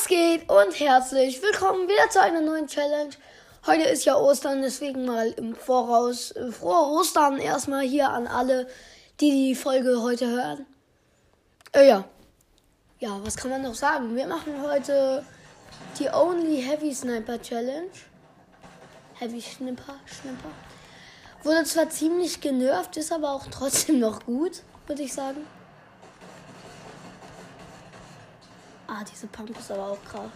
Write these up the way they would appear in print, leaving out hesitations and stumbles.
Was geht und herzlich willkommen wieder zu einer neuen Challenge. Heute ist ja Ostern, deswegen mal im Voraus frohe Ostern erstmal hier an alle, die die Folge heute hören. Ja, was kann man noch sagen? Wir machen heute die Only Heavy Sniper Challenge. Heavy Schnipper. Wurde zwar ziemlich genervt, ist aber auch trotzdem noch gut, würde ich sagen. Diese Pump ist aber auch krass.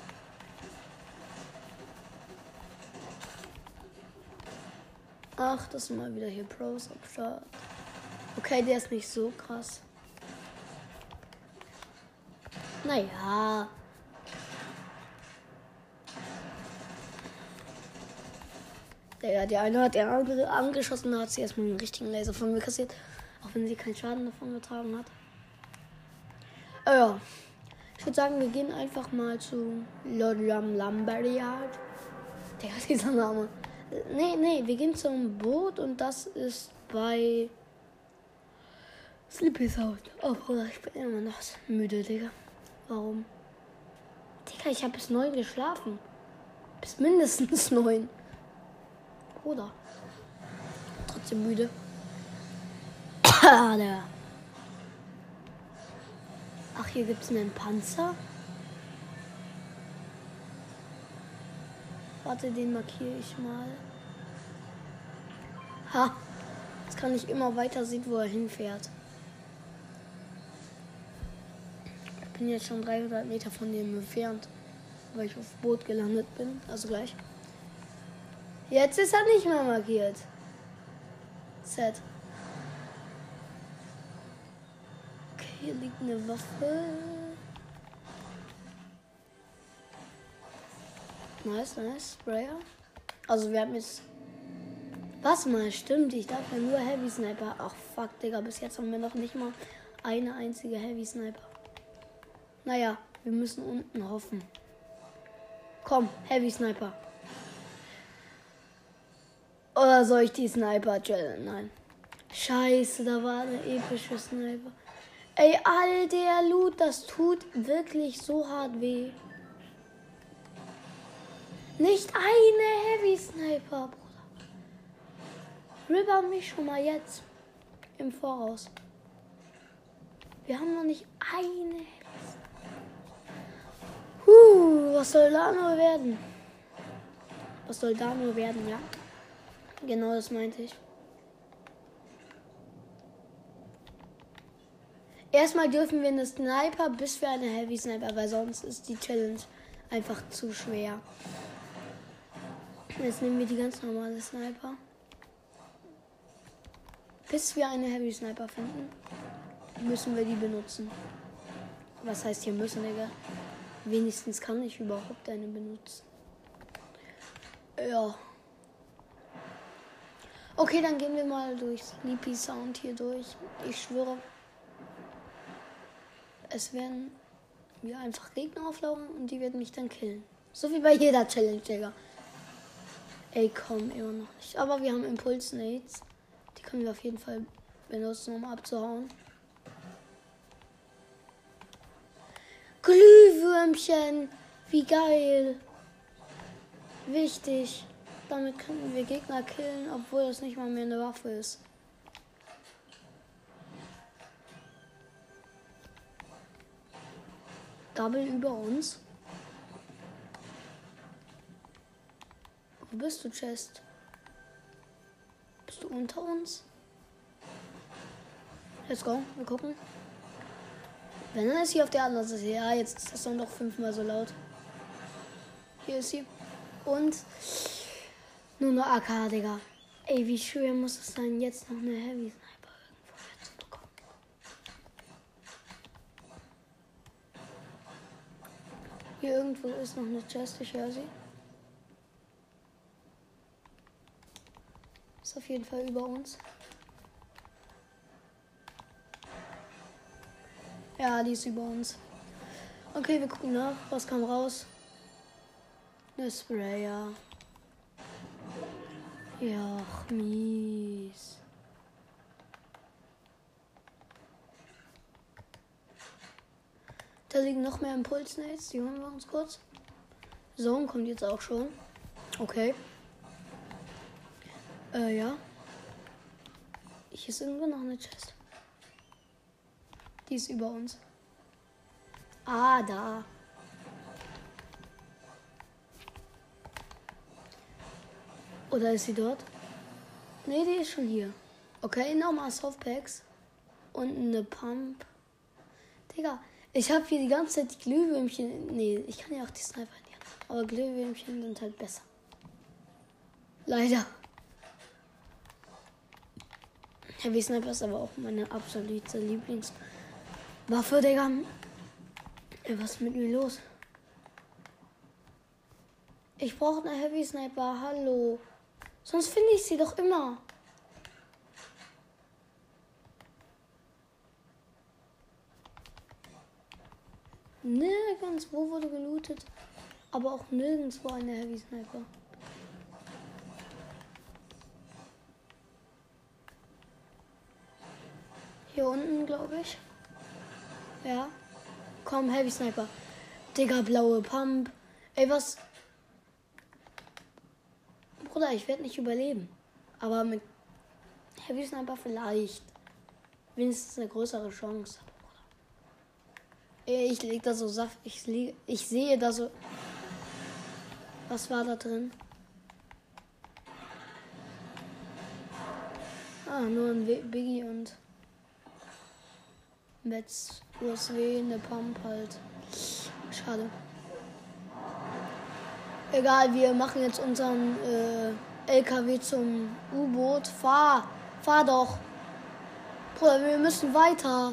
Ach, das sind mal wieder hier Pros am Start. Okay, der ist nicht so krass. Naja. Der eine hat der andere angeschossen, da hat sie erstmal einen richtigen Laser von mir kassiert. Auch wenn sie keinen Schaden davon getragen hat. Ja. Ich würde sagen, wir gehen einfach mal zu Lodram Lamberiard. Der hat dieser Name. Nee, wir gehen zum Boot und das ist bei Sleepy Sound. Oh Bruder, ich bin immer noch müde, Digga. Warum? Digga, ich habe bis 9 geschlafen. Bis mindestens 9. Bruder. Trotzdem müde. Ach, hier gibt es einen Panzer. Warte, den markiere ich mal. Ha! Jetzt kann ich immer weiter sehen, wo er hinfährt. Ich bin jetzt schon 300 Meter von dem entfernt, weil ich auf Boot gelandet bin. Also gleich. Jetzt ist er nicht mehr markiert. Set. Hier liegt eine Waffe. Nice. Sprayer. Also wir haben jetzt... Was mal, stimmt. Ich darf ja nur Heavy Sniper. Ach fuck, Digga. Bis jetzt haben wir noch nicht mal eine einzige Heavy Sniper. Naja, wir müssen unten hoffen. Komm, Heavy Sniper. Oder soll ich die Sniper chillen? Nein. Scheiße, da war eine epische Sniper. Ey, all der Loot, das tut wirklich so hart weh. Nicht eine Heavy Sniper, Bruder. Ripper mich schon mal jetzt. Im Voraus. Wir haben noch nicht eine Heavy Sniper. Was soll da nur werden? Ja. Genau das meinte ich. Erstmal dürfen wir eine Sniper, bis wir eine Heavy Sniper, weil sonst ist die Challenge einfach zu schwer. Jetzt nehmen wir die ganz normale Sniper. Bis wir eine Heavy Sniper finden, müssen wir die benutzen. Was heißt hier müssen, Digga? Wenigstens kann ich überhaupt eine benutzen. Ja. Okay, dann gehen wir mal durch Sleepy Sound hier durch. Ich schwöre. Es werden mir einfach Gegner auflaufen und die werden mich dann killen. So wie bei jeder Challenge, Digga. Ey, komm, immer noch nicht. Aber wir haben Impulse-Nades. Die können wir auf jeden Fall benutzen, um abzuhauen. Glühwürmchen! Wie geil! Wichtig. Damit können wir Gegner killen, obwohl das nicht mal mehr eine Waffe ist. Double über uns. Wo bist du, Chest? Bist du unter uns? Let's go, wir gucken. Wenn er ist hier auf der anderen Seite. Ja, jetzt ist das dann doch 5-mal so laut. Hier ist sie. Und nur eine AK, Digga. Ey, wie schwer muss es sein, jetzt noch eine Heavy Sniper irgendwo herzubekommen. Hier irgendwo ist noch eine Chest, ich höre sie. Ist auf jeden Fall über uns. Ja, die ist über uns. Okay, wir gucken nach. Was kam raus? Eine Sprayer. Ja, mies. Da liegen noch mehr Impulsnates. Die holen wir uns kurz. Zone kommt jetzt auch schon. Okay. Ja. Hier ist irgendwo noch eine Chest. Die ist über uns. Ah, da. Oder ist sie dort? Ne, die ist schon hier. Okay, nochmal Softpacks. Und eine Pump. Digga, ich habe hier die ganze Zeit die Glühwürmchen. Nee, ich kann ja auch die Sniper hier. Aber Glühwürmchen sind halt besser. Leider. Heavy Sniper ist aber auch meine absolute Lieblingswaffe, Digga. Ey, was ist mit mir los? Ich brauche eine Heavy Sniper, hallo. Sonst finde ich sie doch immer. Nirgendwo wurde gelootet. Aber auch nirgendwo eine Heavy Sniper. Hier unten, glaube ich. Ja. Komm, Heavy Sniper. Digga, blaue Pump. Ey, was? Bruder, ich werde nicht überleben. Aber mit Heavy Sniper vielleicht. Wenigstens eine größere Chance. Ey, ich leg da so Saft. Ich sehe da so. Was war da drin? Ah, nur ein Biggie und Metz, USW, eine Pump halt. Schade. Egal, wir machen jetzt unseren LKW zum U-Boot. Fahr doch. Bruder, wir müssen weiter.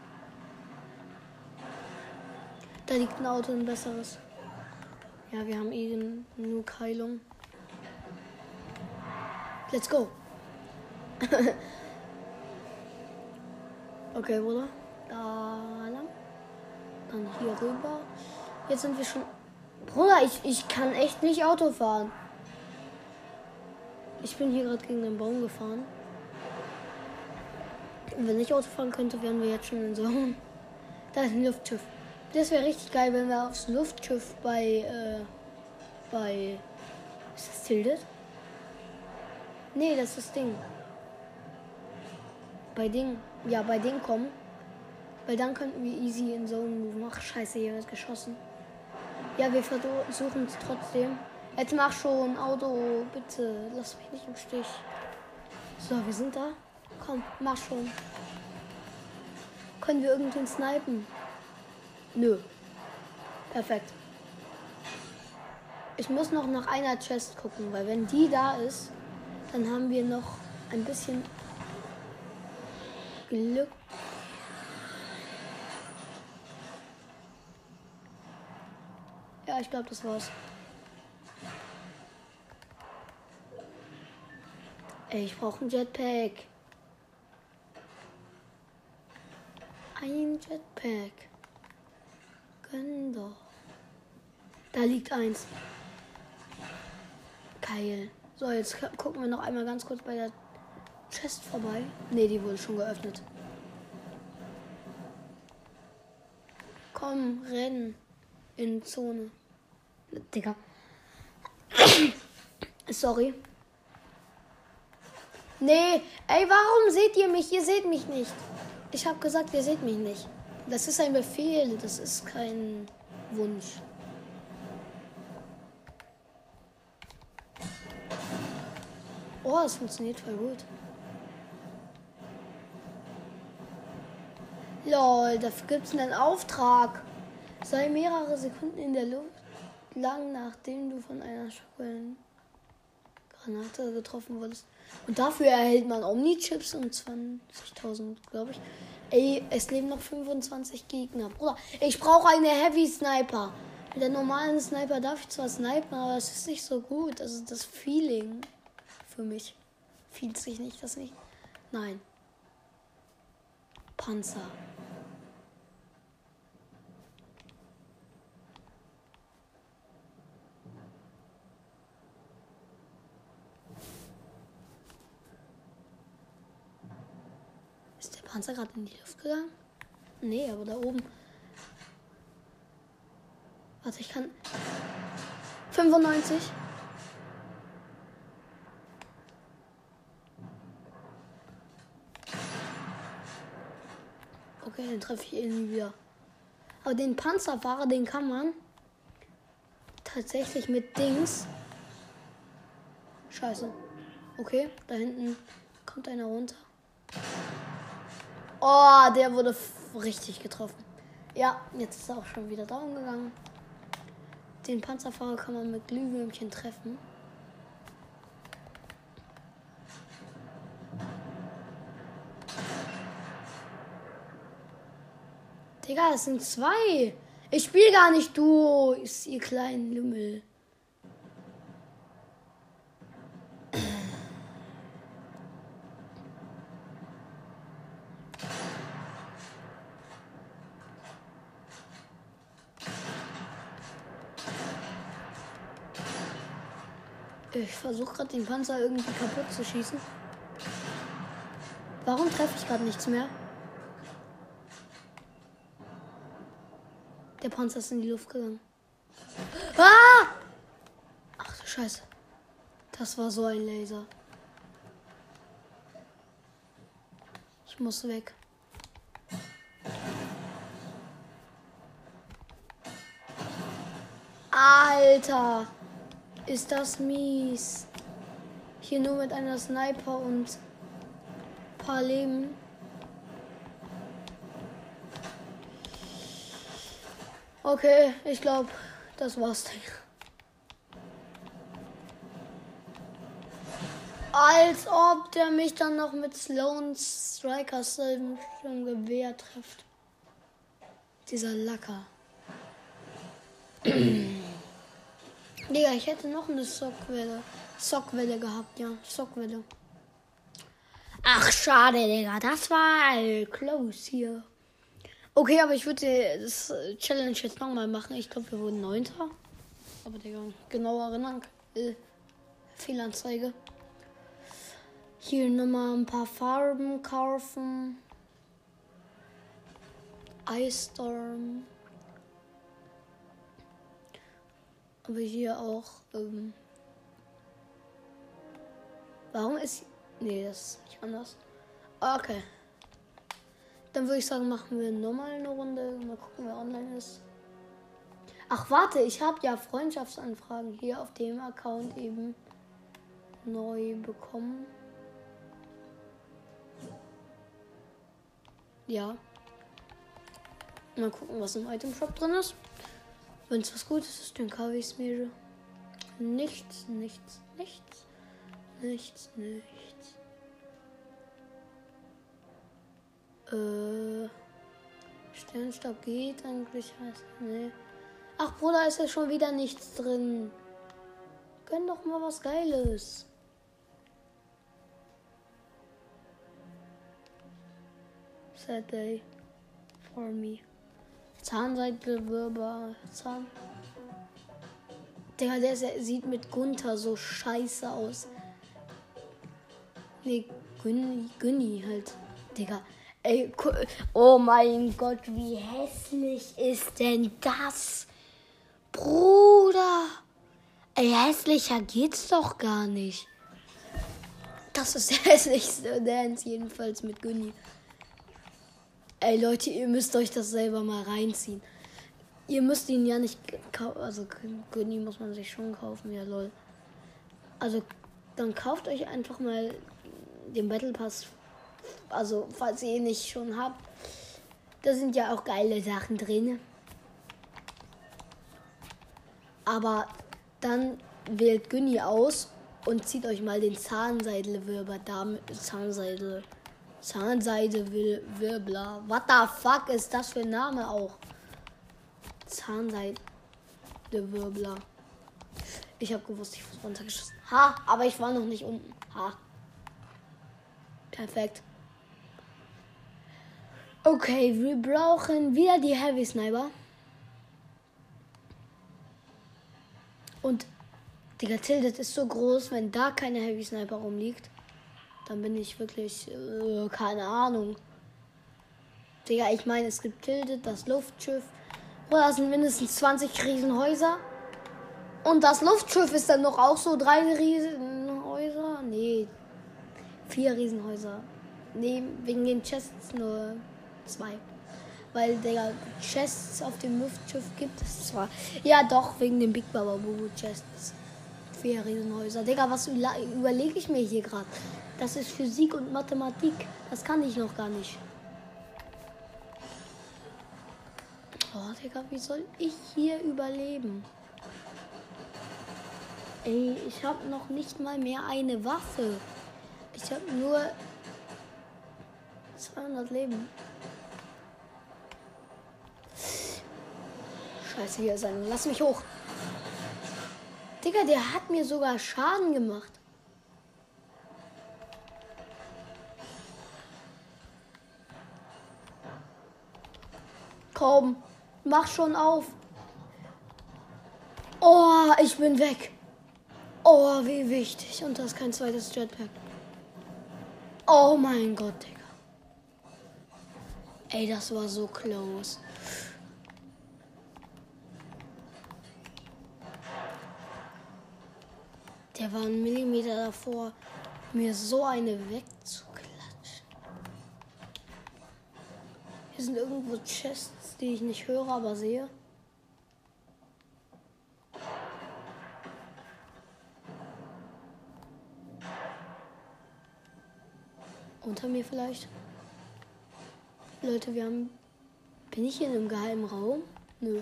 Da liegt ein Auto, ein besseres. Ja, wir haben nur Heilung. Let's go. Okay, Bruder. Da lang. Dann hier rüber. Jetzt sind wir schon... Bruder, ich kann echt nicht Auto fahren. Ich bin hier gerade gegen den Baum gefahren. Und wenn ich Auto fahren könnte, wären wir jetzt schon in so... Da ist ein Luftschiff. Das wäre richtig geil, wenn wir aufs Luftschiff bei... Ist das Tilted? Nee, das ist das Ding. Bei Ding kommen. Weil dann könnten wir easy in Zone move. Ach, scheiße, hier wird geschossen. Ja, wir versuchen es trotzdem. Jetzt mach schon, Auto, bitte. Lass mich nicht im Stich. So, wir sind da. Komm, mach schon. Können wir irgendwen snipen? Nö. Perfekt. Ich muss noch nach einer Chest gucken, weil wenn die da ist, dann haben wir noch ein bisschen Glück. Ja, ich glaube, das war's. Ey, ich brauche ein Jetpack. Ein Jetpack. Gönn doch. Da liegt eins. Geil. So, jetzt gucken wir noch einmal ganz kurz bei der Chest vorbei. Ne, die wurde schon geöffnet. Komm, renn. In Zone. Digga. Sorry. Nee, ey, warum seht ihr mich? Ihr seht mich nicht. Ich habe gesagt, ihr seht mich nicht. Das ist ein Befehl, das ist kein Wunsch. Oh, es funktioniert voll gut. Lol, dafür gibt es einen Auftrag. Sei mehrere Sekunden in der Luft lang, nachdem du von einer Schokoladen-Granate getroffen wurdest. Und dafür erhält man Omni-Chips und 20.000, glaube ich. Ey, es leben noch 25 Gegner. Bruder, ich brauche eine Heavy Sniper. Mit der normalen Sniper darf ich zwar snipen, aber es ist nicht so gut. Also das Feeling für mich fühlt sich nicht, das nicht. Nein. Panzer. Ist der Panzer gerade in die Luft gegangen? Nee, aber da oben. Warte, ich kann... 95. Okay, den treffe ich irgendwie wieder. Aber den Panzerfahrer, den kann man tatsächlich mit Dings... Scheiße. Okay, da hinten kommt einer runter. Oh, der wurde richtig getroffen. Ja, jetzt ist er auch schon wieder down gegangen. Den Panzerfahrer kann man mit Glühwürmchen treffen. Digga, es sind 2. Ich spiele gar nicht Duo, ihr kleinen Lümmel. Ich versuche gerade den Panzer irgendwie kaputt zu schießen. Warum treffe ich gerade nichts mehr? Der Panzer ist in die Luft gegangen. Ah! Ach du Scheiße. Das war so ein Laser. Ich muss weg. Alter! Ist das mies. Hier nur mit einer Sniper und ein paar Leben. Okay, ich glaube, das war's. Als ob der mich dann noch mit Sloan Strikers im Gewehr trifft. Dieser Lacker. Digga, ich hätte noch eine Sockwelle gehabt, ja. Sockwelle. Ach, schade, Digga. Das war close hier. Okay, aber ich würde das Challenge jetzt nochmal machen. Ich glaube, wir wurden 9. Aber, Digga, genau erinnern. Fehlanzeige. Hier nochmal ein paar Farben kaufen. Ice Storm. Aber hier auch, warum ist... Nee, das ist nicht anders. Okay. Dann würde ich sagen, machen wir nochmal eine Runde. Mal gucken, wer online ist. Ach, warte, ich habe ja Freundschaftsanfragen hier auf dem Account eben neu bekommen. Ja. Mal gucken, was im Item Shop drin ist. Wenn es was Gutes ist, dann kaufe ich es mir. Nichts. Sternstab geht eigentlich. Nee. Ach, Bruder, ist ja schon wieder nichts drin. Gönn doch mal was Geiles. Sad day for me. Zahnseidbewirber. Digga, der sieht mit Gunther so scheiße aus. Nee, Günni halt. Digga. Ey, oh mein Gott, wie hässlich ist denn das? Bruder. Ey, hässlicher geht's doch gar nicht. Das ist der hässlichste Dance, jedenfalls mit Günni. Ey Leute, ihr müsst euch das selber mal reinziehen. Ihr müsst ihn ja nicht kaufen. Also Günni muss man sich schon kaufen, ja lol. Also dann kauft euch einfach mal den Battle Pass. Also falls ihr ihn nicht schon habt. Da sind ja auch geile Sachen drin. Aber dann wählt Günni aus und zieht euch mal den Zahnseidelwirbler Zahnseide-Wirbler. What the fuck ist das für ein Name auch? Zahnseide-Wirbler. Ich habe gewusst, ich wurde runtergeschossen. Ha, aber ich war noch nicht unten. Ha. Perfekt. Okay, wir brauchen wieder die Heavy Sniper. Und Digga, Tilted ist so groß, wenn da keine Heavy Sniper rumliegt. Dann bin ich wirklich, keine Ahnung. Digga, ich meine, es gibt Tilted, das Luftschiff Da sind mindestens 20 Riesenhäuser. Und das Luftschiff ist dann noch auch so 3 Riesenhäuser. Nee, 4 Riesenhäuser. Nee, wegen den Chests nur 2. Weil der Chests auf dem Luftschiff gibt es zwar. Ja doch, wegen den Big Baba Boo Chests. 4 Riesenhäuser. Digga, was überlege ich mir hier gerade? Das ist Physik und Mathematik. Das kann ich noch gar nicht. Oh, Digga, wie soll ich hier überleben? Ey, ich habe noch nicht mal mehr eine Waffe. Ich habe nur 200 Leben. Scheiße, hier ist einer. Lass mich hoch. Digga, der hat mir sogar Schaden gemacht. Komm, mach schon auf. Oh, ich bin weg. Oh, wie wichtig. Und das ist kein zweites Jetpack. Oh mein Gott, Digga. Ey, das war so close. Der war 1 Millimeter davor, mir so eine wegzuklatschen. Hier sind irgendwo Chests, die ich nicht höre, aber sehe. Unter mir vielleicht. Leute, wir haben... Bin ich hier in einem geheimen Raum? Nö.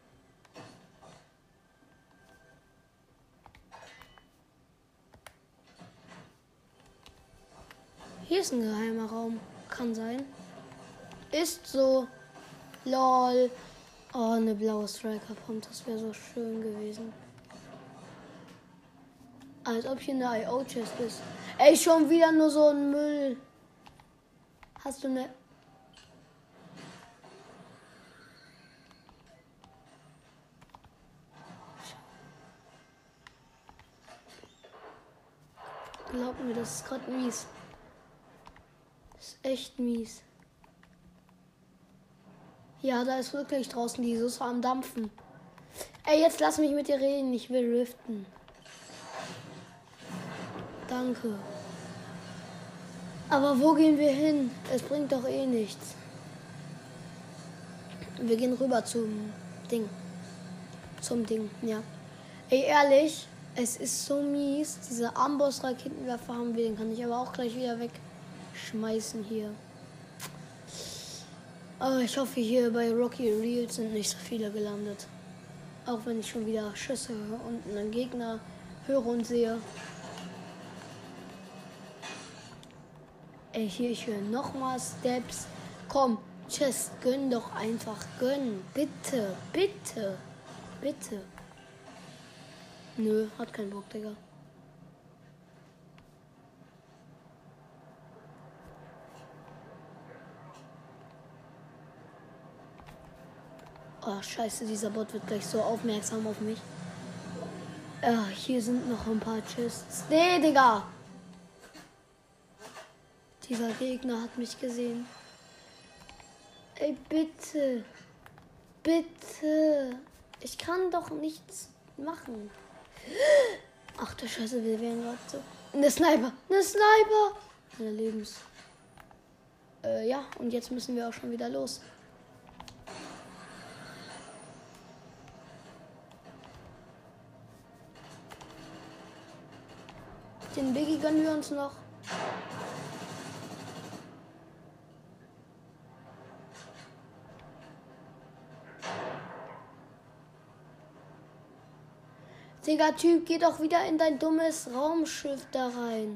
Hier ist ein geheimer Raum. Kann sein. Ist so. Lol. Oh, eine blaue Striker-Pump. Das wäre so schön gewesen. Als ob hier eine IO-Chest ist. Ey, schon wieder nur so ein Müll. Hast du eine... Glaub mir, das ist gerade mies. Das ist echt mies. Ja, da ist wirklich draußen die Soße am Dampfen. Ey, jetzt lass mich mit dir reden. Ich will riften. Danke. Aber wo gehen wir hin? Es bringt doch eh nichts. Wir gehen rüber zum Ding. Zum Ding, ja. Ey, ehrlich, es ist so mies. Diese Amboss-Raketenwerfer haben wir. Den kann ich aber auch gleich wieder wegschmeißen hier. Aber ich hoffe, hier bei Rocky Reels sind nicht so viele gelandet. Auch wenn ich schon wieder Schüsse höre und einen Gegner höre und sehe. Ey, hier, ich höre nochmal Steps. Komm, Chest, gönn doch einfach, gönn. Bitte, bitte, bitte. Nö, hat keinen Bock, Digga. Oh, scheiße, dieser Bot wird gleich so aufmerksam auf mich. Hier sind noch ein paar Chests. Nee, Digga. Dieser Gegner hat mich gesehen. Ey, bitte. Bitte. Ich kann doch nichts machen. Ach du Scheiße, wir wären gerade so. Eine Sniper. Eine Sniper. Meine Lebens. Ja, und jetzt müssen wir auch schon wieder los. Den Biggie gönnen wir uns noch. Digga, Typ, geh doch wieder in dein dummes Raumschiff da rein.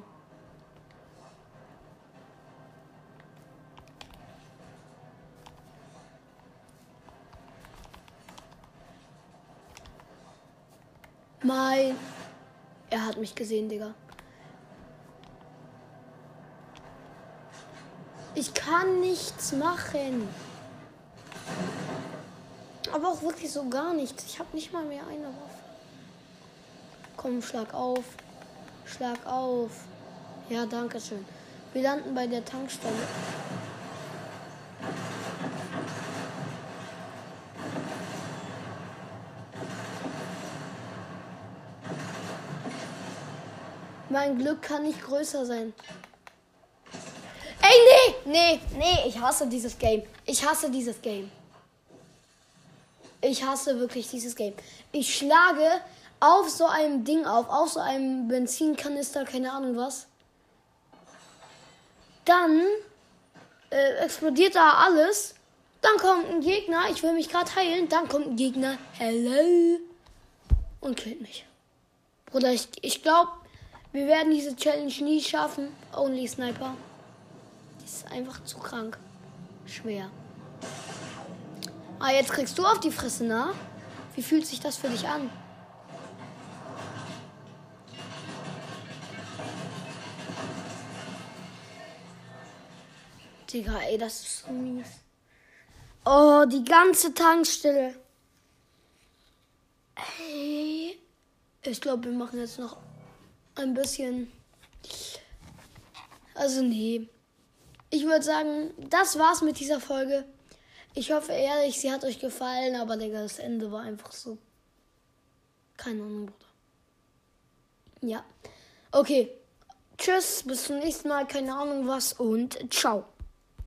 Er hat mich gesehen, Digga. Ich kann nichts machen. Aber auch wirklich so gar nichts. Ich habe nicht mal mehr eine Waffe. Komm, schlag auf. Schlag auf. Ja, danke schön. Wir landen bei der Tankstelle. Mein Glück kann nicht größer sein. Ey, nee, ich hasse dieses Game. Ich hasse wirklich dieses Game. Ich schlage auf so einem Ding auf so einem Benzinkanister, keine Ahnung was. Dann explodiert da alles. Dann kommt ein Gegner, ich will mich gerade heilen. Dann kommt ein Gegner, hello, und killt mich. Bruder, ich glaube, wir werden diese Challenge nie schaffen. Only Sniper. Die ist einfach zu krank. Schwer. Ah, jetzt kriegst du auf die Fresse, na? Wie fühlt sich das für dich an? Digga, ey, das ist so mies. Oh, die ganze Tankstelle. Ey. Ich glaube, wir machen jetzt noch ein bisschen. Also, nee. Ich würde sagen, das war's mit dieser Folge. Ich hoffe ehrlich, sie hat euch gefallen, aber Digga, das Ende war einfach so. Keine Ahnung, Bruder. Ja. Okay. Tschüss, bis zum nächsten Mal, keine Ahnung was und ciao.